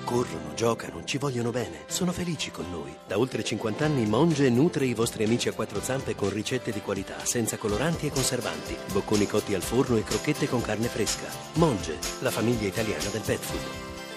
corrono, giocano, ci vogliono bene, sono felici con noi. Da oltre 50 anni Monge nutre i vostri amici a quattro zampe con ricette di qualità, senza coloranti e conservanti, bocconi cotti al forno e crocchette con carne fresca. Monge, la famiglia italiana del pet food.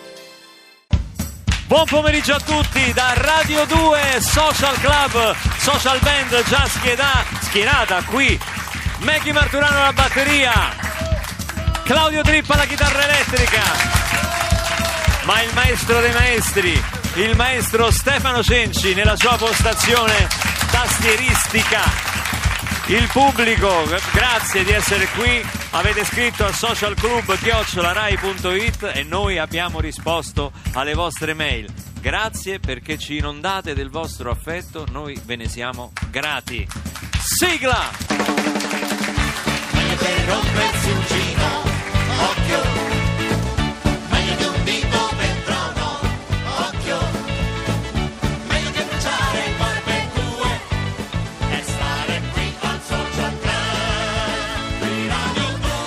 Buon pomeriggio a tutti da Radio 2 Social Club, Social Band già schierata qui. Maggie Marturano alla batteria, Claudio Trippa alla chitarra elettrica, ma il maestro dei maestri, il maestro Stefano Cenci nella sua postazione tastieristica. Il pubblico, grazie di essere qui. Avete scritto al socialclub@rai.it e noi abbiamo risposto alle vostre mail. Grazie perché ci inondate del vostro affetto, noi ve ne siamo grati. Sigla! Per rompersi un giro, occhio, meglio di un dito per trono, occhio, meglio che bruciare il barbecue e stare qui al Social Club di Radio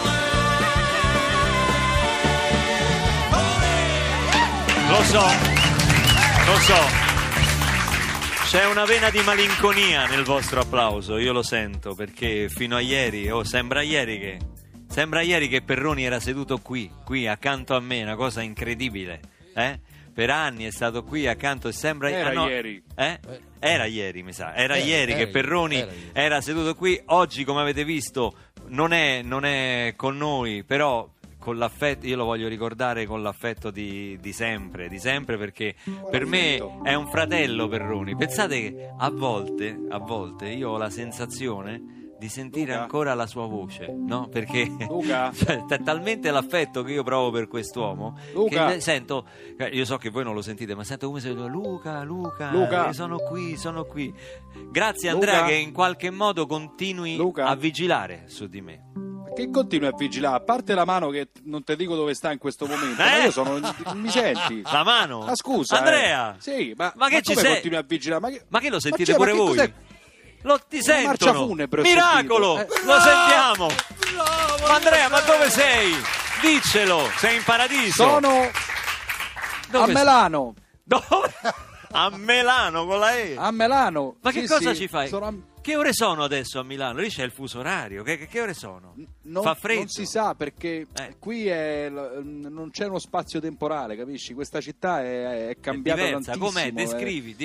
2. Lo so. C'è una vena di malinconia nel vostro applauso, io lo sento, perché fino a ieri, sembra ieri che Perroni era seduto qui accanto a me, una cosa incredibile, per anni è stato qui accanto e sembra... ieri. Era ieri, mi sa, era ieri che Perroni era seduto qui. Oggi, come avete visto, non è con noi, però... con l'affetto, io lo voglio ricordare con l'affetto di sempre, perché per me è un fratello Perroni. Pensate che a volte io ho la sensazione di sentire ancora la sua voce, no? Perché cioè, è talmente l'affetto che io provo per quest'uomo che sento, io so che voi non lo sentite, ma sento come se Luca, sono qui. Grazie Andrea che in qualche modo continui a vigilare su di me. Che continui a vigilare? A parte la mano che non ti dico dove sta in questo momento, ma io mi senti? La mano? Ma scusa, Andrea! Sì, ma che ci sei? Continui a vigilare? Ma che lo sentite pure voi? Ti sentono! Marcia funebre, Miracolo! Lo sentiamo! Ma Andrea, ma dove sei? Diccelo! Sei in paradiso! Sono a Milano! Dove? A Milano con la E! A Milano! Ma che cosa ci fai? Sono Che ore sono adesso a Milano? Lì c'è il fuso orario. Che ore sono? Fa freddo? Non si sa perché qui non c'è uno spazio temporale, capisci? Questa città è cambiata tantissimo. Com'è? Descrivi.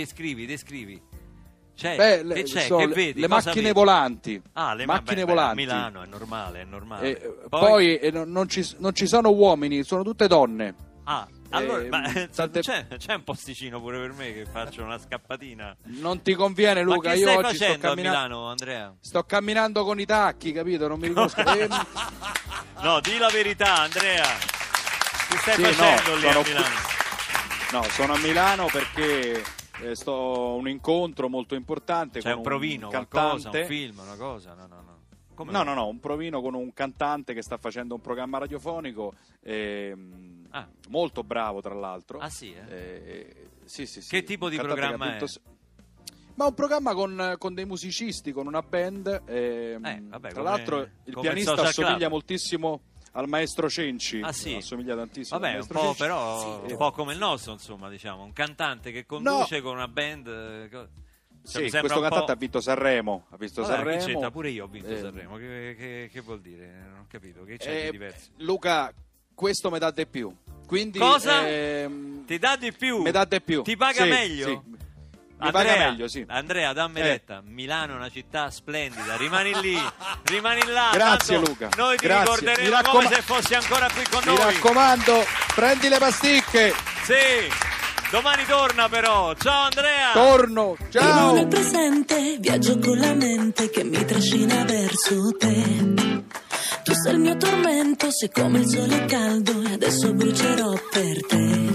C'è, che vedi? Le macchine volanti. Le macchine volanti. A Milano è normale. Poi non ci sono uomini, sono tutte donne. Allora, c'è un posticino pure per me che faccio una scappatina. Non ti conviene, Luca. Ma che io stai oggi facendo sto camminando a Milano, Andrea? Sto camminando con i tacchi, capito? Non mi riconosco. No, di la verità, Andrea. Che stai facendo lì a Milano? No, sono a Milano perché sto un incontro molto importante. C'è con un provino, un cantante. Qualcosa, un film, una cosa? No. No, un provino con un cantante che sta facendo un programma radiofonico. Molto bravo, tra l'altro. Ah, sì? Sì. Che tipo di programma è? Ma un programma con dei musicisti, con una band. Tra l'altro il pianista assomiglia moltissimo al maestro Cenci. Ah, sì? Assomiglia tantissimo. Vabbè, un po', Cenci. Però un po' come il nostro, insomma, diciamo. Un cantante che conduce con una band... Sì, questo cantante ha vinto Sanremo. C'entra, pure io ho vinto Sanremo. Che vuol dire? Non ho capito. Che c'è di diverso? Luca, questo mi dà di più. Quindi, cosa? Ti dà di più? Mi dà di più. Ti paga meglio? Sì. Mi paga meglio, sì. Andrea, dammi retta. Milano è una città splendida. Rimani lì, rimani là. Grazie, tanto Luca. Noi ti ricorderemo come se fossi ancora qui con noi. Mi raccomando, prendi le pasticche. Sì. Domani torna però, ciao Andrea! Torno, ciao! Io nel presente viaggio con la mente che mi trascina verso te. Tu sei il mio tormento, sei come il sole caldo e adesso brucerò per te.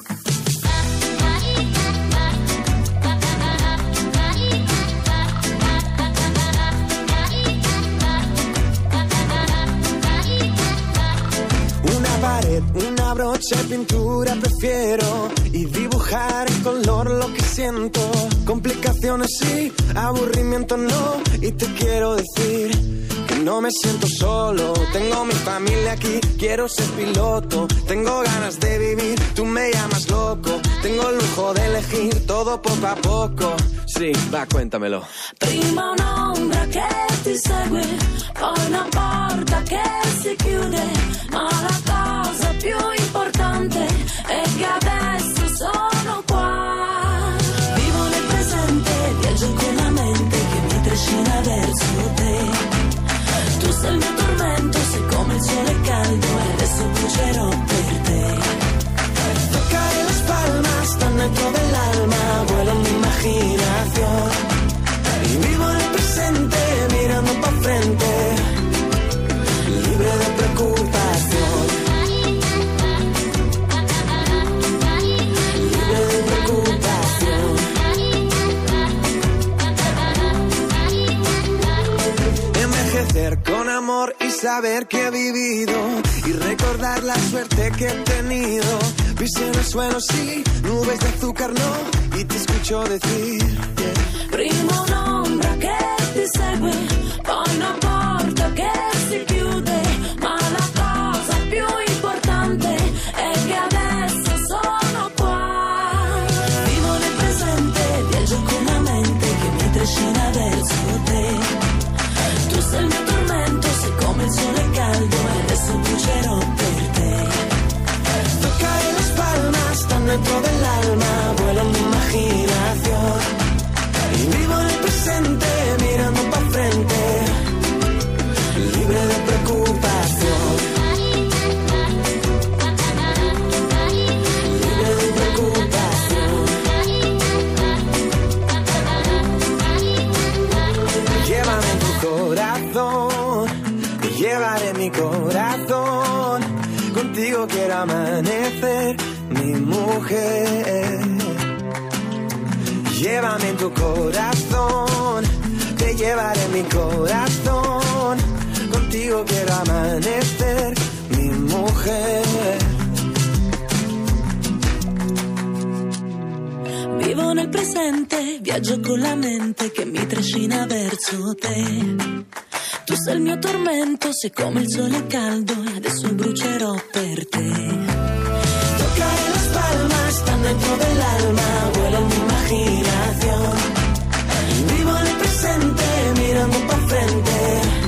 Una brocha de pintura prefiero y dibujar en color lo que siento. Complicaciones sí, aburrimiento no. Y te quiero decir que No me siento solo, tengo mi familia aquí, quiero ser piloto, tengo ganas de vivir, tú me llamas loco, tengo el lujo de elegir todo poco a poco. Sì, va, cuéntamelo. Prima un'ombra che ti segue, poi una porta che si chiude, ma la cosa più importante è che adesso sono qua. Vivo nel presente, viaggio con la mente che mi trascina verso te. Tu sei il mio tormento, sei come il sole caldo e adesso brucerò per te. Toccare las palmas, están dentro del alma, vuelo en mi imaginación. Y vivo en el presente, mirando pa' frente, libre de preocupación. Libre de preocupación. Envejecer con amor y saber que he vivido, y recordar la suerte que he tenido. Pisé en el suelo, sí, nubes de azúcar no, y te escucho decir yeah. Prima un'ombra che ti segue, poi una porta che si chiude, ma la cosa più importante è che adesso sono qua. Vivo nel presente, viaggio con la mente che mi trascina verso te. Tu sei il mio tormento, sei come il sole caldo e adesso brucerò per te. Toccare las palmas, están dentro del alma, vuelo en mi imaginación. Y vivo en el presente, mirando pa' frente, libre de preocupación. Libre de preocupación. Llévame en tu corazón, te llevaré mi corazón. Contigo quiero amanecer, mi mujer. Llévame en tu corazón, te llevaré mi corazón. Contigo quiero amanecer, mi mujer. Vivo nel presente, viaggio con la mente che mi trascina verso te. Tu sei il mio tormento, sei come il sole caldo e adesso brucerò per te. Toccare las palmas, están dentro del alma, vuelo en mi imaginación. Vivo en el presente, mirando pa' frente,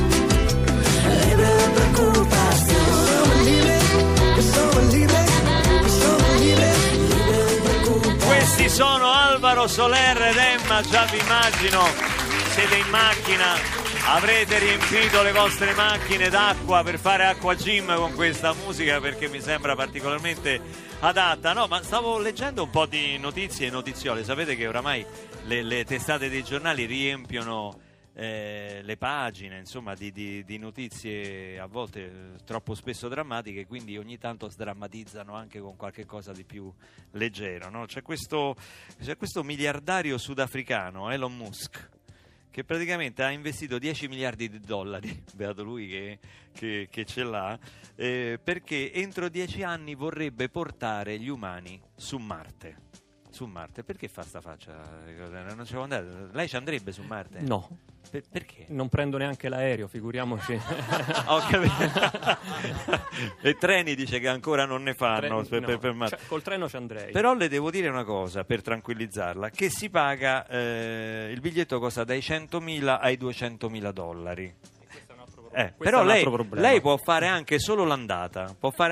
libre de preocupación. Sono libre, sono libre, sono libre, libre de preocupación. Questi sono Alvaro Soler ed Emma, già vi immagino, siete in macchina. Avrete riempito le vostre macchine d'acqua per fare acqua gym con questa musica, perché mi sembra particolarmente adatta. No, ma stavo leggendo un po' di notizie e notiziole. Sapete che oramai le testate dei giornali riempiono le pagine, insomma, di notizie a volte troppo spesso drammatiche, quindi ogni tanto sdrammatizzano anche con qualche cosa di più leggero, no? C'è questo miliardario sudafricano, Elon Musk, che praticamente ha investito 10 miliardi di dollari, beato lui che ce l'ha, perché entro 10 anni vorrebbe portare gli umani su Marte. Su Marte, perché fa sta faccia? Non ci può andare. Lei ci andrebbe su Marte? No. Perché? Non prendo neanche l'aereo, figuriamoci. Ho capito. E treni dice che ancora non ne fanno per Marte. Col treno ci andrei. Però le devo dire una cosa per tranquillizzarla, che si paga, il biglietto costa dai 100.000 ai 200.000 dollari. Però lei può fare anche solo l'andata.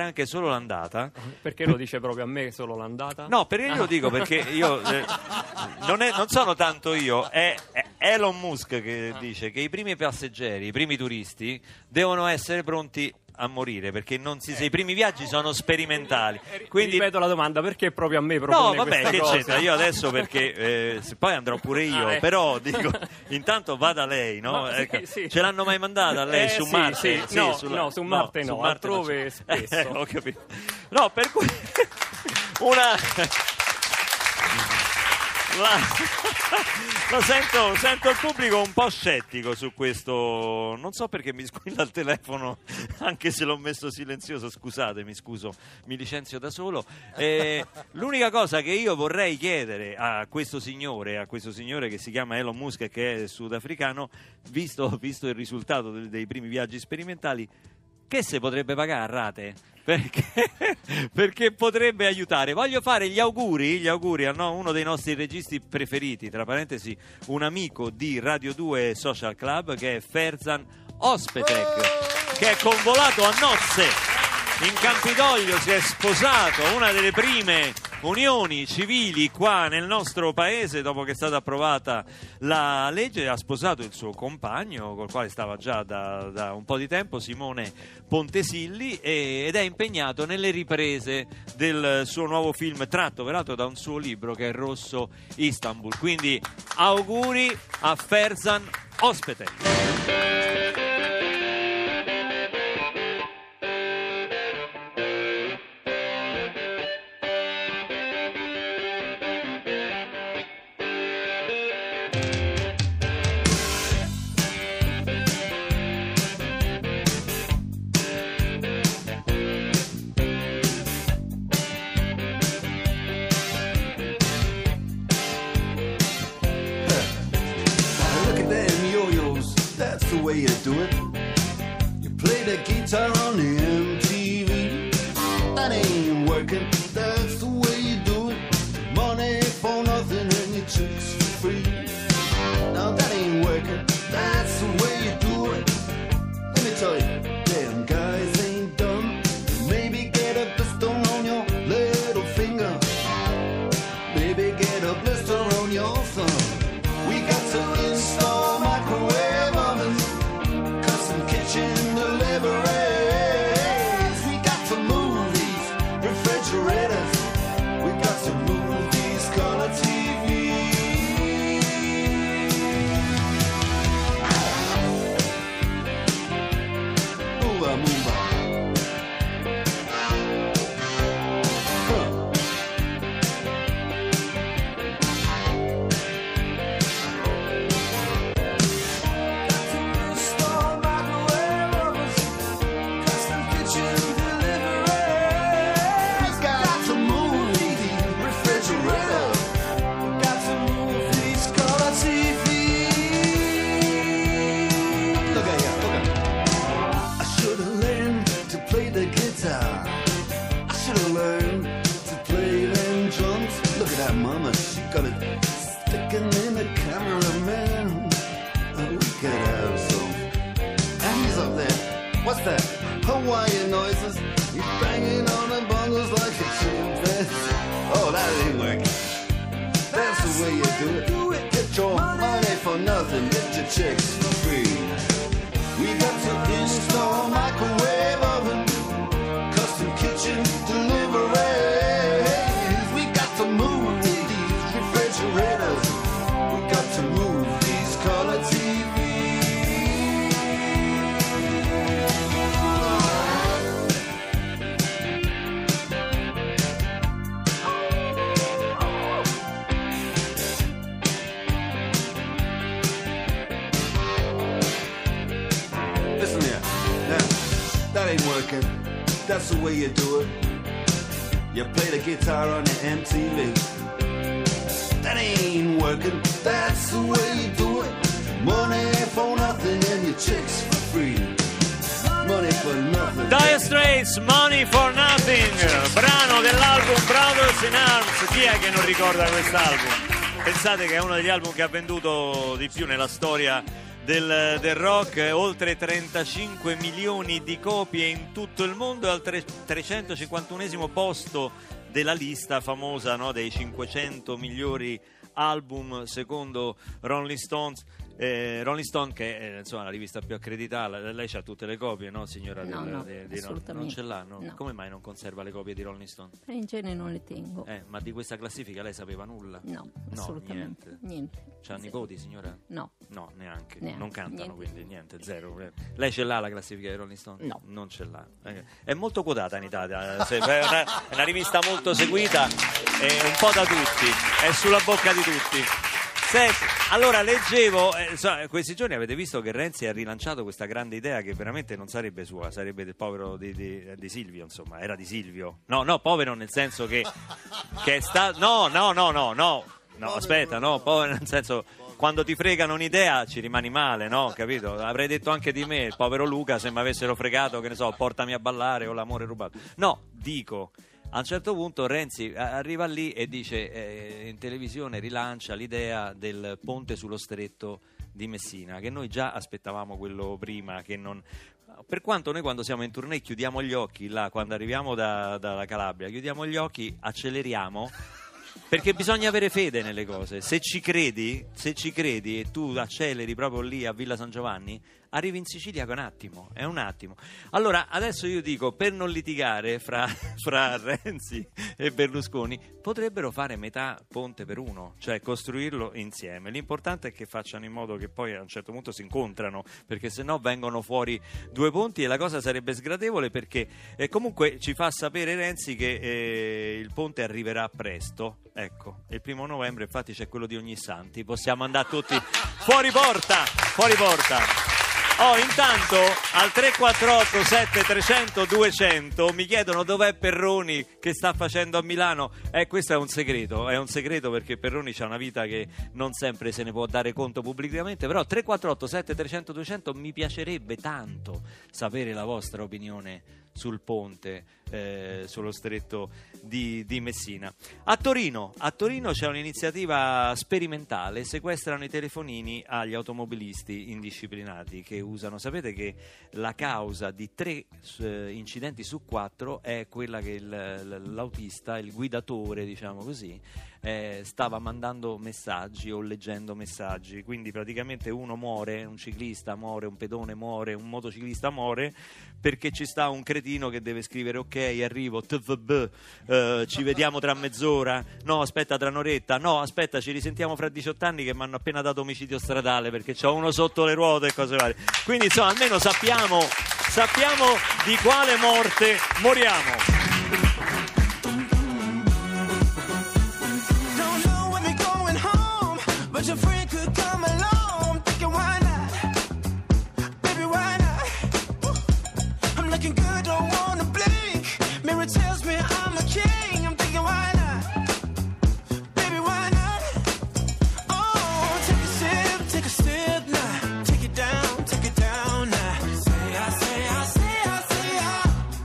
Perché lo dice proprio a me solo l'andata? No, perché io lo dico perché io non sono tanto io, è Elon Musk che dice che i primi passeggeri, i primi turisti devono essere pronti a morire, perché non si sa, i primi viaggi sono sperimentali. Quindi ripeto la domanda, perché proprio a me propone questa che cosa? c'entra? Io adesso perché poi andrò pure io, però dico, intanto vada lei, no? Sì. Ce l'hanno mai mandata lei su Marte? Sì. No, su Marte no, altrove spesso. Ho capito. No, per cui Lo sento il pubblico un po' scettico su questo. Non so perché mi squilla il telefono, anche se l'ho messo silenzioso. Scusate, mi licenzio da solo. L'unica cosa che io vorrei chiedere a questo signore che si chiama Elon Musk e che è sudafricano, visto il risultato dei primi viaggi sperimentali, che se potrebbe pagare a rate? Perché potrebbe aiutare. Voglio fare gli auguri a uno dei nostri registi preferiti, tra parentesi un amico di Radio 2 Social Club, che è Ferzan Özpetek, che è convolato a nozze in Campidoglio, si è sposato, una delle prime unioni civili qua nel nostro paese dopo che è stata approvata la legge. Ha sposato il suo compagno col quale stava già da un po' di tempo, Simone Pontesilli, ed è impegnato nelle riprese del suo nuovo film, tratto peraltro da un suo libro che è Rosso Istanbul. Quindi auguri a Ferzan Özpetek. The way you do it. You play the guitar on the MTV. That ain't working. That's the way you do it. Money for nothing and your chicks for free. Now that ain't working. That's the way you do it. Let me tell you, damn guys ain't dumb. Maybe get a blister on your little finger. Maybe get a blister on your thumb. We got to install microwave ovens, custom kitchen deliveries. We got to move these refrigerators. We got to move these color TVs. Move on, move on. Mama, she got it sticking in the cameraman. Oh, we could have some. Hands up there. What's that? Hawaiian noises. He's banging on the bongos like a chimpanzee. Oh, that ain't working. That's the way you do it. Get your money for nothing. Get your chicks for free. We got to install microwave oven, custom kitchen delivery. We got to move refrigerators. We got to move these color TVs. Listen here, now, that ain't working. That's the way you do it. You play the guitar on the MTV. That ain't working. That's the way you do it. Money for nothing and your chicks for free. Money for nothing. Dire Straits, Money for Nothing, brano dell'album Brothers in Arms. Chi è che non ricorda quest'album? Pensate che è uno degli album che ha venduto di più nella storia del rock, oltre 35 milioni di copie in tutto il mondo, al 351esimo posto della lista famosa, no, dei 500 migliori album secondo Rolling Stones. Rolling Stone, che è insomma la rivista più accreditata, lei c'ha tutte le copie, no signora? No, assolutamente. Non ce l'ha? No. Come mai non conserva le copie di Rolling Stone? In genere non le tengo. Ma di questa classifica lei sapeva nulla? No, assolutamente niente. C'ha nipoti, signora? No. No, neanche. Neanche. Non cantano, Niente. quindi niente, zero. Lei ce l'ha la classifica di Rolling Stone? No. Non ce l'ha. È molto quotata in Italia, è una rivista molto seguita, un po' da tutti, è sulla bocca di tutti. Senti, allora leggevo, questi giorni avete visto che Renzi ha rilanciato questa grande idea che veramente non sarebbe sua, sarebbe del povero di Silvio, insomma, era di Silvio. No, povero nel senso che è stato... No, aspetta, no, povero nel senso... Quando ti fregano un'idea ci rimani male, no? Capito? Avrei detto anche di me, il povero Luca, se mi avessero fregato, che ne so, portami a ballare o l'amore rubato. No, dico, a un certo punto Renzi arriva lì e dice, in televisione rilancia l'idea del ponte sullo stretto di Messina, che noi già aspettavamo quello prima, che non... Per quanto noi quando siamo in tournée chiudiamo gli occhi, là, quando arriviamo dalla Calabria, chiudiamo gli occhi, acceleriamo... Perché bisogna avere fede nelle cose. Se ci credi e tu acceleri proprio lì a Villa San Giovanni, arrivi in Sicilia con è un attimo. Allora, adesso io dico, per non litigare fra Renzi e Berlusconi, potrebbero fare metà ponte per uno, cioè costruirlo insieme. L'importante è che facciano in modo che poi a un certo punto si incontrano, perché sennò vengono fuori due ponti e la cosa sarebbe sgradevole, perché comunque ci fa sapere Renzi che il ponte arriverà presto. Ecco, il 1° novembre infatti c'è quello di Ognissanti, possiamo andare tutti fuori porta. Intanto al 348 7300 200 mi chiedono dov'è Perroni, che sta facendo a Milano. Questo è un segreto perché Perroni c'ha una vita che non sempre se ne può dare conto pubblicamente, però 348 7300 200 mi piacerebbe tanto sapere la vostra opinione sul ponte sullo stretto di Messina. A Torino c'è un'iniziativa sperimentale, sequestrano i telefonini agli automobilisti indisciplinati che usano. Sapete che la causa di 3 incidenti su 4 è quella che l'autista, il guidatore, diciamo così, stava mandando messaggi o leggendo messaggi, quindi praticamente uno muore, un ciclista muore, un pedone muore, un motociclista muore perché ci sta un cretino che deve scrivere ok, arrivo, tvb, ci vediamo tra mezz'ora, no aspetta tra un'oretta, no aspetta ci risentiamo fra 18 anni che mi hanno appena dato omicidio stradale perché c'ho uno sotto le ruote e cose varie. Quindi insomma almeno sappiamo di quale morte moriamo. But your friend could come along, thinking why not? Baby, why not? I'm looking good, don't wanna blink. Mirror tells me I'm a king, I'm thinking why not? Baby, why not? Oh, take a sip now. Take it down now. Say I.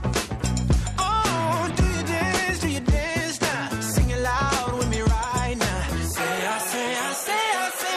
Oh, do you dance now? Sing it loud with me right now. Say I.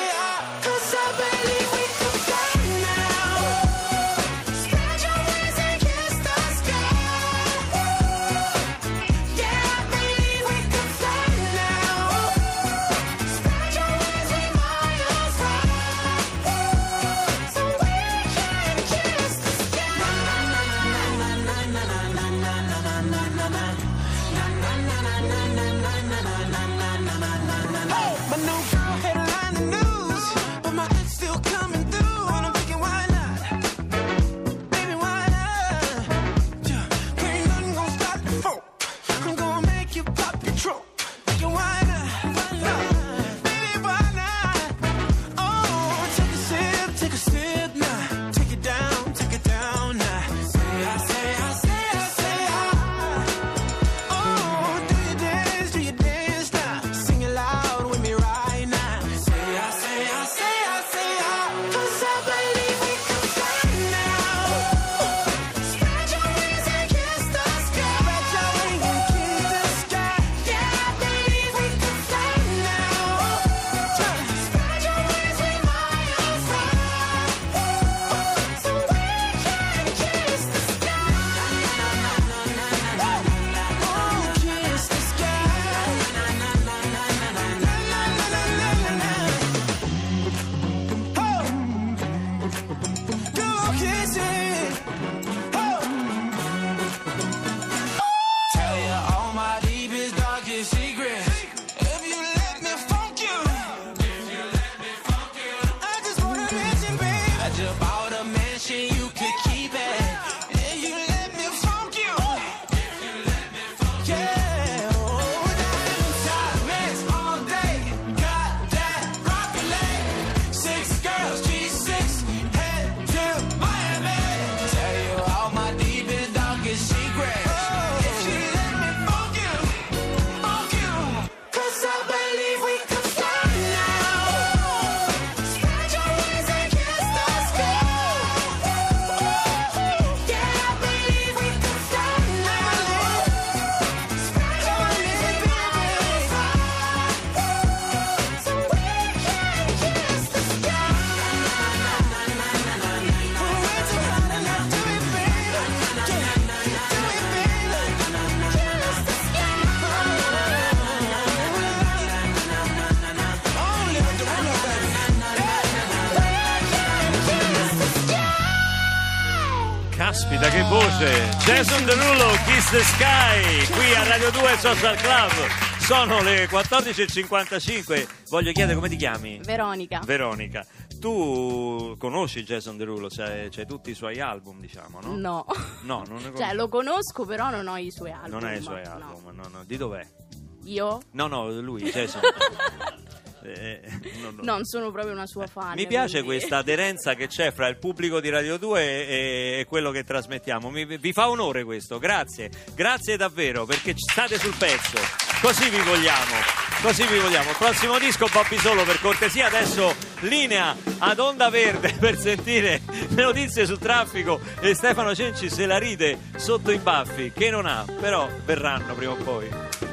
guarda che voce! Jason Derulo, Kiss the Sky, qui a Radio 2 Social Club. Sono le 14.55. Voglio chiedere come ti chiami? Veronica. Veronica. Tu conosci Jason Derulo? C'hai tutti i suoi album, diciamo, no? No. No, non ne conosco. Cioè, lo conosco, però non ho i suoi album. Non hai i suoi album, no. Di dov'è? Io? No, lui, Jason. Non sono proprio una sua fan. Mi piace quindi... questa aderenza che c'è fra il pubblico di Radio 2 e quello che trasmettiamo. Vi fa onore questo, grazie davvero, perché state sul pezzo. Così vi vogliamo. Prossimo disco Bobby Solo, per cortesia. Adesso linea ad Onda Verde per sentire le notizie sul traffico e Stefano Cenci se la ride sotto i baffi, che non ha, però verranno prima o poi.